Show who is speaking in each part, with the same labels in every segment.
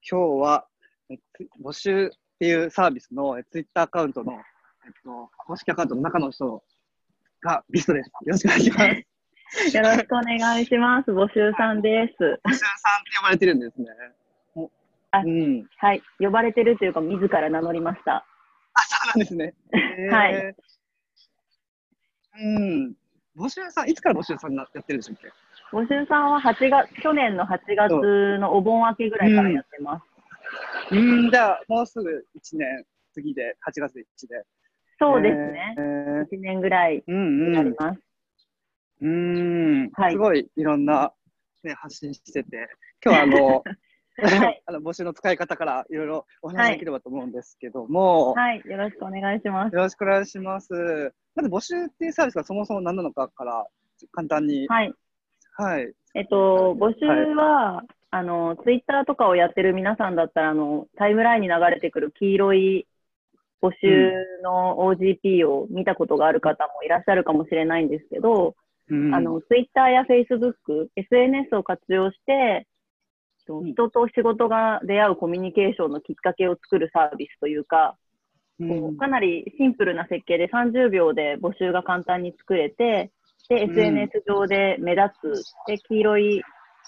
Speaker 1: 今日は、募集っていうサービスのツイッターアカウントの、公式アカウントの中の人がゲストです。よろしくお願いします。
Speaker 2: よろしくお願いします。募集さんです。
Speaker 1: 募集さんって呼ばれてるんですね。
Speaker 2: はい。呼ばれてるというか、自ら名乗りました。
Speaker 1: そうなんですね。
Speaker 2: はい。
Speaker 1: 募集さん、いつから募集さんやってるんでしたっけ？
Speaker 2: 募集さんは去年の8月のお盆明けぐらいからやってます。
Speaker 1: じゃあ、もうすぐ1年、次で、8月で1で。
Speaker 2: そうですね。1年ぐらいになります。
Speaker 1: すごいいろんな、ね、発信してて、今日ははい、募集の使い方からいろいろお話できればと思うんですけども、
Speaker 2: はい、よろしくお願いします。
Speaker 1: よろしくお願いします。まず募集っていうサービスがそもそも何なのかから簡単に。
Speaker 2: はい。
Speaker 1: はい。
Speaker 2: 募集は、ツイッターとかをやってる皆さんだったら、タイムラインに流れてくる黄色い募集の OGP を見たことがある方もいらっしゃるかもしれないんですけど、ツイッターやフェイスブック、SNS を活用して、人と仕事が出会うコミュニケーションのきっかけを作るサービスというか、かなりシンプルな設計で30秒で募集が簡単に作れて、で、SNS 上で目立つ、で、黄色い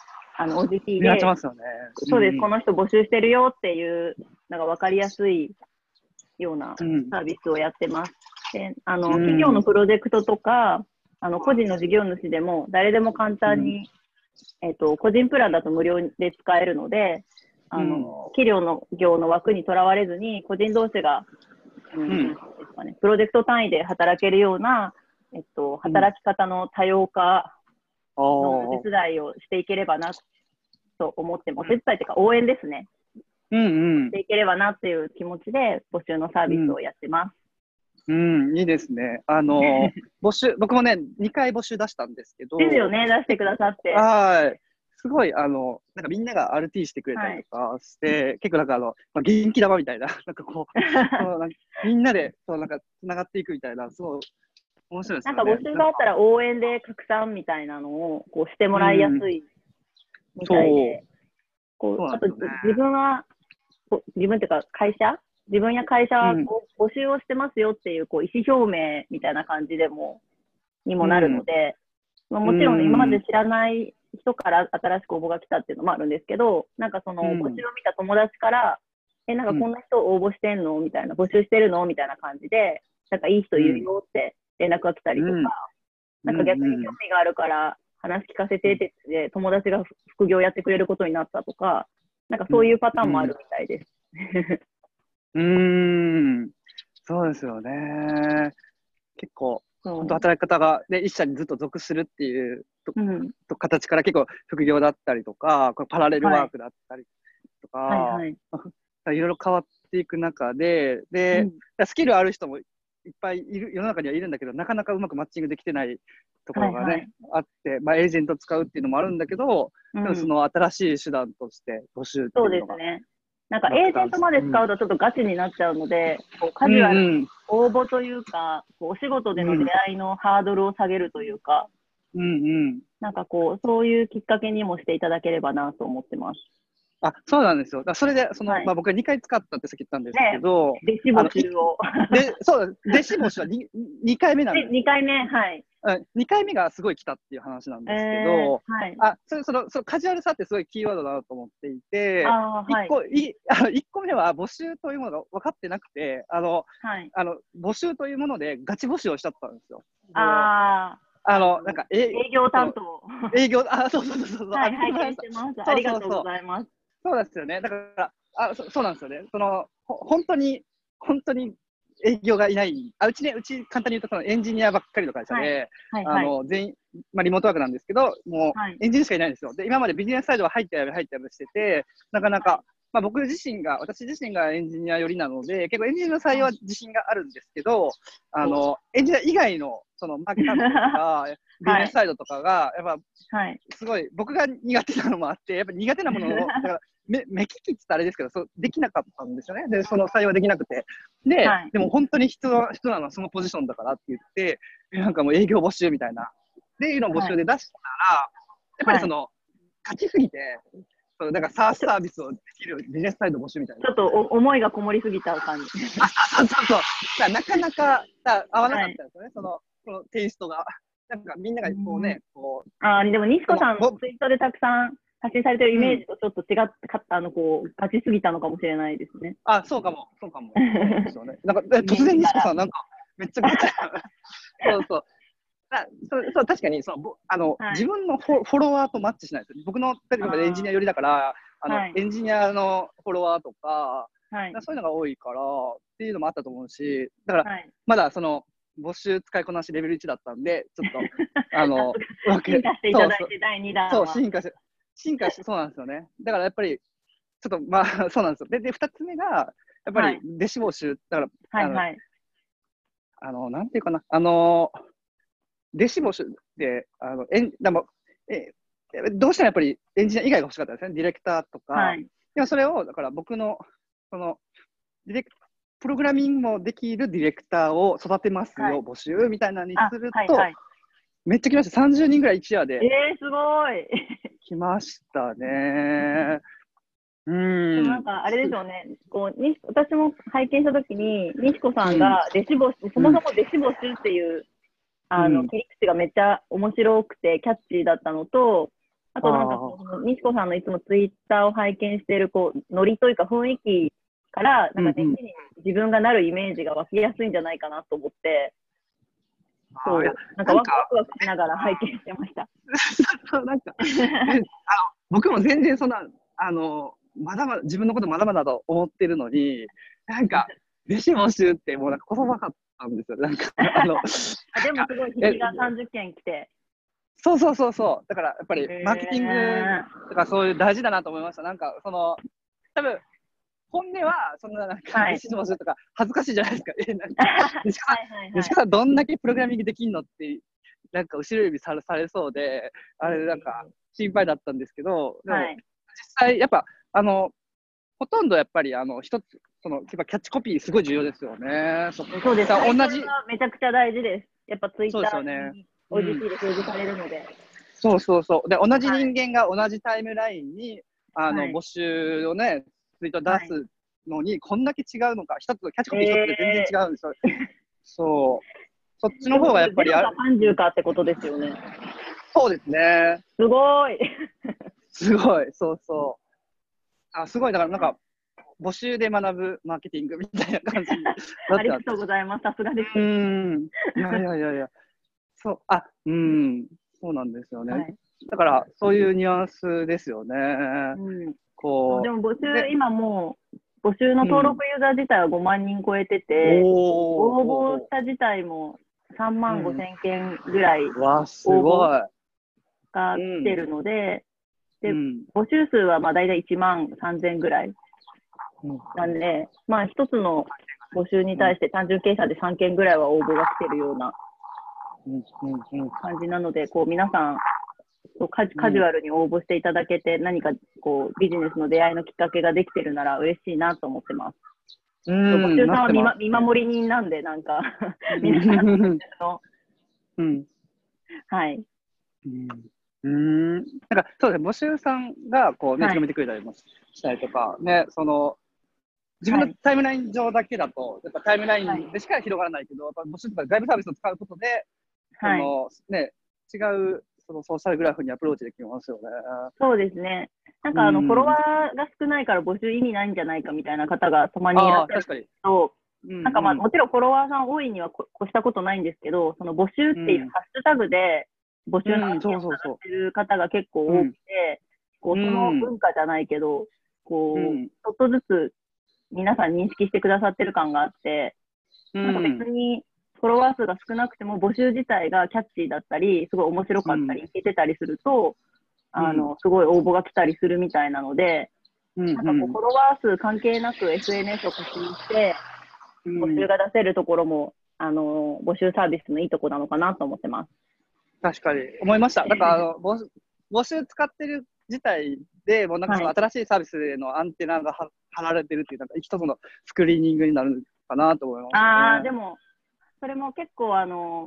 Speaker 2: OGP で、そうです、この人募集してるよっていう、なんか分かりやすいようなサービスをやってます。で、企業のプロジェクトとか、個人の事業主でも誰でも簡単に、個人プランだと無料で使えるので、企業の業の枠にとらわれずに、個人同士が、ですかね、プロジェクト単位で働けるような、働き方の多様化のお手伝いをしていければなと思っても、お手伝いというか応援ですね。していければなっていう気持ちで募集のサービスをやってます。
Speaker 1: いいですね。募集、僕もね、2回募集出したんですけど。
Speaker 2: ですよね、出してくださって。
Speaker 1: はい。すごい、なんかみんなが RT してくれたりとかして、結構なんか元気玉みたいな、なんかこう、みんなで、なんか繋がっていくみたいな、すごい面白いですよね。
Speaker 2: なんか募集があったら応援で拡散みたいなのをこうしてもらいやすいみたいで、あと自分っていうか自分や会社は募集をしてますよっていう、意思表明みたいな感じにもなるので、もちろん今まで知らない人から新しく応募が来たっていうのもあるんですけど、なんかその募集を見た友達から、なんかこんな人応募してんのみたいな、募集してるのみたいな感じで、なんかいい人いるよって連絡が来たりとか、なんか逆に興味があるから話聞かせてって言って、友達が副業やってくれることになったとか、なんかそういうパターンもあるみたいです。
Speaker 1: そうですよね。結構、本当働き方が、ね、一社にずっと属するっていう形から結構副業だったりとか、パラレルワークだったりとか、いろいろ変わっていく中で、スキルある人もいっぱいいる、世の中にはいるんだけど、なかなかうまくマッチングできてないところがね、あって、エージェント使うっていうのもあるんだけど、でもその新しい手段として募集っていうのが。
Speaker 2: そうですね。なんかエージェントまで使うとちょっとガチになっちゃうので、カジュアルに応募というか、お仕事での出会いのハードルを下げるというか、なんかそういうきっかけにもしていただければなと思ってます。
Speaker 1: そうなんですよ。それで、僕は2回使ったってさっき言ったんですけど、
Speaker 2: 弟子募集を。
Speaker 1: そう、弟子募集は 2回目なんです。
Speaker 2: 2回目、はい。
Speaker 1: 2回目がすごい来たっていう話なんですけど、そのカジュアルさってすごいキーワードだなと思っていて、1個目は募集というものが分かってなくて、募集というものでガチ募集をしちゃったんですよ。なんか
Speaker 2: 営業担当。
Speaker 1: 営業、そう。
Speaker 2: はい、拝見してます。ありがとうございます。
Speaker 1: そうですよね。だから、そうなんですよね。本当に営業がいない。うち簡単に言うとエンジニアばっかりの会社で、全員、リモートワークなんですけど、もうエンジニアしかいないんですよ。で、今までビジネスサイドは入ってやるしてて、なかなか、私自身がエンジニア寄りなので、結構エンジニアの採用は自信があるんですけど、エンジニア以外の、マーケターとか、ビジネスサイドとかが、やっぱ、すごい、僕が苦手なのもあって、やっぱ苦手なものを、だから目利きって言ったらあれですけど、できなかったんですよね。で、その採用はできなくて。でも本当に人なのはそのポジションだからって言って、なんかもう営業募集みたいな。っていうのを募集で出したら、やっぱり勝ちすぎて、なんかサービスをできるビジネスサイド募集みたいな。
Speaker 2: ちょっと思いがこもりすぎちゃう感じ。
Speaker 1: そうそうそう。なかなか合わなかったんですよね、そのテイストが。なんかみんながこうね、こう。
Speaker 2: でも西子さんのツイートでたくさん発信されてるイメージとちょっと違った、こう、ガチすぎたのかもしれないですね。
Speaker 1: そうかも。そうなんですよね。なんか突然西子さん、なんかめっちゃガチ。そうそう。そう確かに自分のフォロワーとマッチしないですよ。僕の例えばエンジニア寄りだから、エンジニアのフォロワーとか、そういうのが多いからっていうのもあったと思うし、だから、まだ募集使いこなしレベル1だったんで、ちょっと、
Speaker 2: 進化していただいて、第2弾は。
Speaker 1: そう、進化して、そうなんですよね。だからやっぱり、ちょっと、そうなんですよ。で、2つ目が、やっぱり、弟子募集、だから、なんていうかな、弟子募集って、どうしてもやっぱりエンジニア以外が欲しかったですね。ディレクターとか。でもそれを、だから僕の、プログラミングもできるディレクターを育てますよ、募集みたいなのにすると、めっちゃ来ました。30人ぐらい一夜で。
Speaker 2: すごい。
Speaker 1: 来ましたね。
Speaker 2: でもなんかあれですよね、私も拝見したときに、西子さんがそもそも弟子募集っていう切り口がめっちゃ面白くてキャッチーだったのと、あとなんか西子さんのいつもツイッターを拝見しているノリというか雰囲気から、なんか弟子に自分がなるイメージが湧きやすいんじゃないかなと思って、なんかワクワクしながら拝見してました。
Speaker 1: なんか僕も全然まだまだ自分のことまだまだと思ってるのに、なんか弟子募集ってもうなんか言葉かったんですよ。なんか
Speaker 2: でもすごい日が30件来て。
Speaker 1: そう。だからやっぱりマーケティングとかそういう大事だなと思いました。なんか多分本音はそんななんか弟子募集とか恥ずかしいじゃないですか。西川さんどんだけプログラミングできんのってなんか後ろ指されそうで、あれなんか心配だったんですけど、でも実際やっぱほとんどやっぱり一つキャッチコピーすごい重要ですよね。
Speaker 2: そうです。同じめちゃくちゃ大事です。やっぱツイッターにOGPで表示されるので。
Speaker 1: そう。で同じ人間が同じタイムラインに募集をねツイート出すのにこんだけ違うのか、キャッチコピー一つで全然違うんですよ。そう。そっちの方がやっぱり
Speaker 2: 30かってことですよね。
Speaker 1: そうですね。
Speaker 2: すごい。
Speaker 1: そう。すごい、だからなんか、募集で学ぶマーケティングみたいな感じ
Speaker 2: ありがとうございます。さすがです。
Speaker 1: いや。そうなんですよね。だから、そういうニュアンスですよね。
Speaker 2: でも募集、今もう、募集の登録ユーザー自体は5万人超えてて、応募者自体も3万5千件ぐらい応募が来てるので、募集数はまあ大体1万3000ぐらいなんで、まあ一つの募集に対して単純計算で3件ぐらいは応募が来てるような感じなので、皆さんカジュアルに応募していただけて、何かビジネスの出会いのきっかけができてるなら嬉しいなと思ってます。募集さんは見守り人なんで、なんか皆さんのはい。
Speaker 1: なんかそうですね、募集さんが広めてくれたりもしたりとか、ね、自分のタイムライン上だけだと、やっぱタイムラインでしか広がらないけど、やっぱ募集とか外部サービスを使うことで、違うソーシャルグラフにアプローチできますよね。
Speaker 2: そうですね。なんかフォロワーが少ないから募集意味ないんじゃないかみたいな方がたまにいらっしゃるけど、なんかもちろんフォロワーさん多いには越したことないんですけど、その募集っていうハッシュタグで募集の案件をされてる方が結構多くて、その文化じゃないけど、ちょっとずつ皆さん認識してくださってる感があって、なんか別にフォロワー数が少なくても募集自体がキャッチーだったり、すごい面白かったり、いけてたりすると、すごい応募が来たりするみたいなので、なんかフォロワー数関係なく SNS を活用して、募集が出せるところも、募集サービスのいいところなのかなと思ってます。
Speaker 1: 確かに、思いました。なんか募集使ってる自体で、もうなんか新しいサービスへのアンテナが張られてるっていう、なんか一つのスクリーニングになるかなと思います、
Speaker 2: でも、それも結構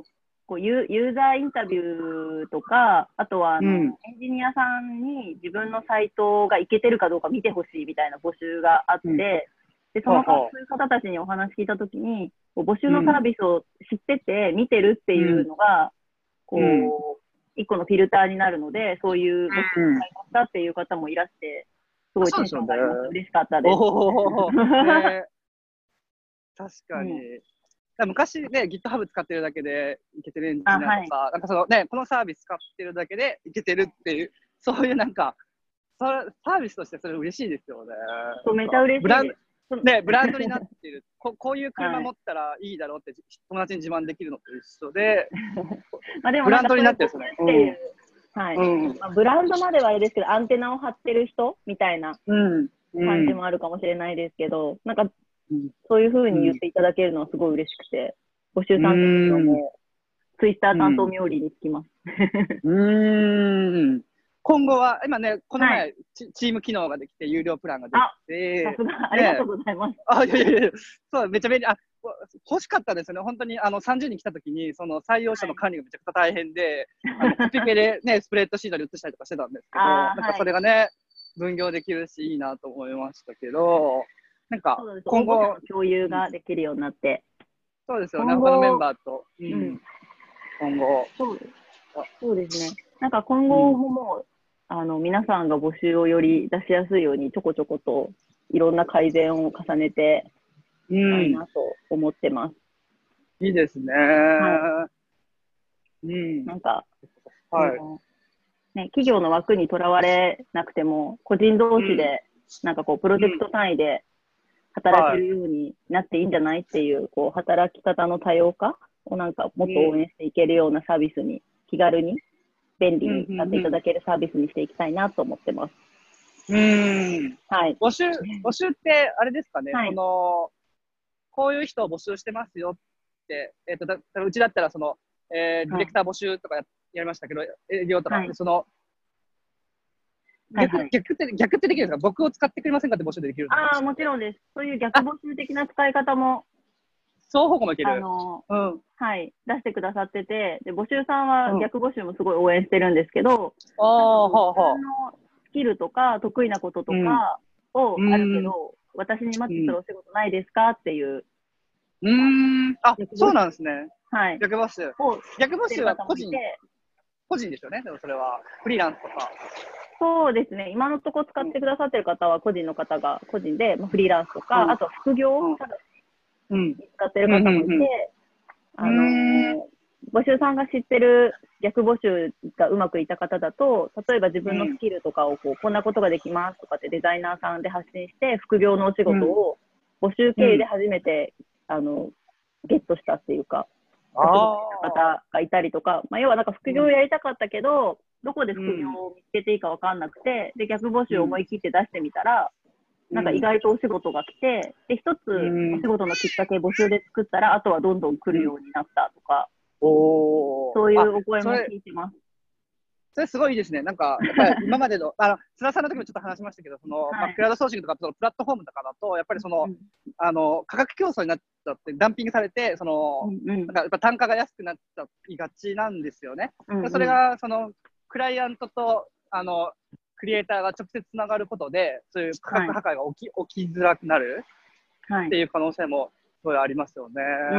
Speaker 2: こうユーザーインタビューとか、あとはエンジニアさんに自分のサイトがいけてるかどうか見てほしいみたいな募集があって、でそういう方たちにお話聞いたときに、募集のサービスを知ってて見てるっていうのが、こう、一個のフィルターになるので、そういう募集を使いましたっていう方もいらして、すごいテンションがあります。嬉しかったです。
Speaker 1: 確かに。昔ね、GitHub 使ってるだけでいけてるエンジニアとか、なんかそのね、このサービス使ってるだけでいけてるっていう、そういうなんか、サービスとしてそれ嬉しいですよね。
Speaker 2: そう、めちゃ嬉しいです。
Speaker 1: ブランドになってるこういう車持ったらいいだろうって友達に自慢できるのと一緒で、
Speaker 2: まあでも
Speaker 1: ブランドになってるんですね。
Speaker 2: ブランドまではあれですけど、アンテナを張ってる人みたいな感じもあるかもしれないですけど、なんかそういうふうに言っていただけるのはすごい嬉しくて、募集担当のもツイッター担当冥利につきます。
Speaker 1: 今後は、今ね、この前、チーム機能ができて、有料プランができて。
Speaker 2: さすが、ありがとうございます。
Speaker 1: そう、めちゃめちゃ、欲しかったですよね。本当に、30人来た時に、その採用者の管理がめちゃくちゃ大変で、コピペでね、スプレッドシートに移したりとかしてたんですけど、なんかそれがね、分業できるし、いいなと思いましたけど、なんか、
Speaker 2: 今後、共有ができるようになって。
Speaker 1: そうですよね、他のメンバーと。今後。
Speaker 2: そうですね。なんか今後も、皆さんが募集をより出しやすいようにちょこちょこといろんな改善を重ねていきたいなと思ってます。
Speaker 1: いいですね。
Speaker 2: なんか、ね、企業の枠にとらわれなくても、個人同士で、なんかこう、プロジェクト単位で働けるようになっていいんじゃないっていう、こう、働き方の多様化をなんかもっと応援していけるようなサービスに、気軽に便利に使っていただけるサービスにしていきたいなと思ってます。
Speaker 1: 募集ってあれですかね、こういう人を募集してますよって、うちだったらその、ディレクター募集とかやりましたけど、営業とか、その、逆ってできるんですか？僕を使ってくれませんかって募集できるんですか？
Speaker 2: もちろんです。そういう逆募集的な使い方も、
Speaker 1: 双方向もいける。
Speaker 2: 出してくださってて、で募集さんは逆募集もすごい応援してるんですけど、自分のスキルとか得意なこととかをあるけど、私にマッチするお仕事ないですかっていう。
Speaker 1: そうなんですね。逆募集。逆募集は個人ですよね。でもそれはフリーランスとか。
Speaker 2: そうですね。今のところ使ってくださってる方は個人の方が個人で、フリーランスとか、あとは副業を使ってる方もいて、募集さんが知ってる逆募集がうまくいった方だと、例えば自分のスキルとかをこんなことができますとかってデザイナーさんで発信して、副業のお仕事を募集経由で初めて、ゲットしたっていうか、方がいたりとか、要はなんか副業をやりたかったけど、どこで副業を見つけていいか分かんなくて、で、逆募集を思い切って出してみたら、なんか意外とお仕事が来て、で、一つお仕事のきっかけ募集で作ったら、あとはどんどん来るようになったとか、そういうお声も聞いてます。
Speaker 1: それすごいいいですね。なんか、やっぱり今までの、津田さんの時もちょっと話しましたけど、その、クラウドソーシングとか、そのプラットフォームとかだと、やっぱりその、価格競争になっちゃって、ダンピングされて、その、なんかやっぱ単価が安くなっちゃいがちなんですよね。それが、その、クライアントと、クリエイターが直接つながることで、そういう価格破壊が起きづらくなるっていう可能性もすごいありますよね。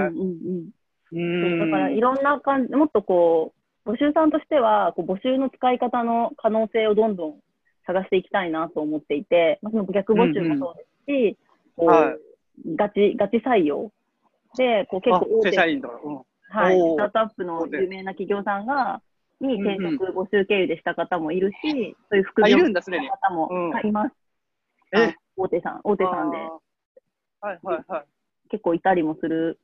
Speaker 2: だからいろんな感じ、もっとこう、募集さんとしては、募集の使い方の可能性をどんどん探していきたいなと思っていて、その逆募集もそうですし、ガチ採用で、結構大手、スタートアップの有名な企業さんに転職募集経由でした方もいるし、そういう副業の方もいます。大手さんで。結構いたりもする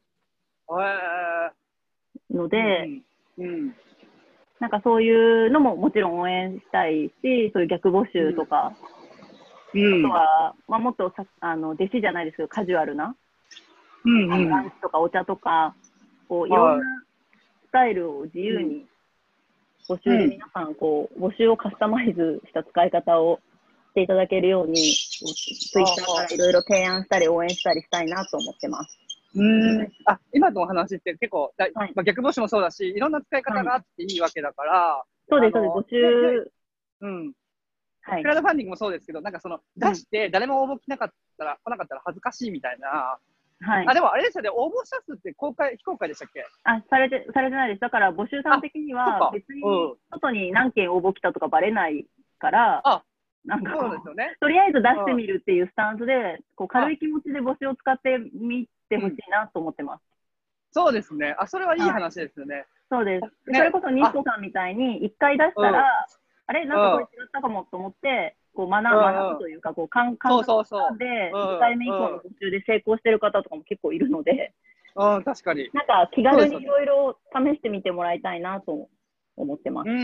Speaker 2: ので、なんかそういうのももちろん応援したいし、そういう逆募集とか、あとは、もっと弟子じゃないですけど、カジュアルな、ランチとかお茶とか、いろんなスタイルを自由に募集で皆さん、募集をカスタマイズした使い方をしていただけるように、ツイッターからいろいろ提案したり応援したりしたいなと思ってます。
Speaker 1: 今のお話って結構逆募集もそうだし、いろんな使い方があっていいわけだから、
Speaker 2: そうです、そうです、募集。
Speaker 1: クラウドファンディングもそうですけど、なんかその、出して誰も応募来なかったら恥ずかしいみたいな。でもあれですよね、応募者数って非公開でしたっけ？
Speaker 2: されてないです。だから募集さん的には、別に外に何件応募来たとかバレないから、なんかとりあえず出してみるっていうスタンスで、軽い気持ちで募集を使ってみてほしいなと思ってます。
Speaker 1: そうですね。それはいい話ですよね。
Speaker 2: そうです。それこそ西子さんみたいに、一回出したら、あれなんかこれ違ったかもと思って、学ぶというか、感覚で、2回目以降の募集で成功してる方とかも結構いるので、
Speaker 1: 確かに。
Speaker 2: なんか気軽にいろいろ試してみてもらいたいなと思ってます。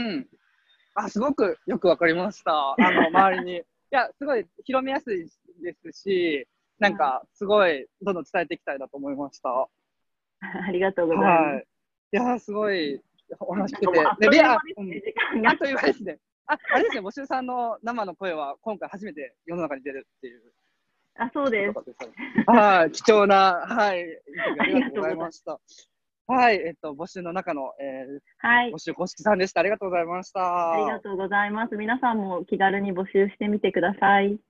Speaker 1: すごくよくわかりました。周りに。いや、すごい広めやすいですし、なんか、すごい、どんどん伝えていきたいなと思いました。
Speaker 2: ありがとうございます。
Speaker 1: いや、すごい、お話聞けて。あっという間ですね。あれですね、募集さんの生の声は今回初めて世の中に出るっていう。
Speaker 2: そうです。
Speaker 1: 貴重な、インタビューありがとうございました。募集の中の、募集公式さんでした。ありがとうございました。
Speaker 2: ありがとうございます。皆さんも気軽に募集してみてください。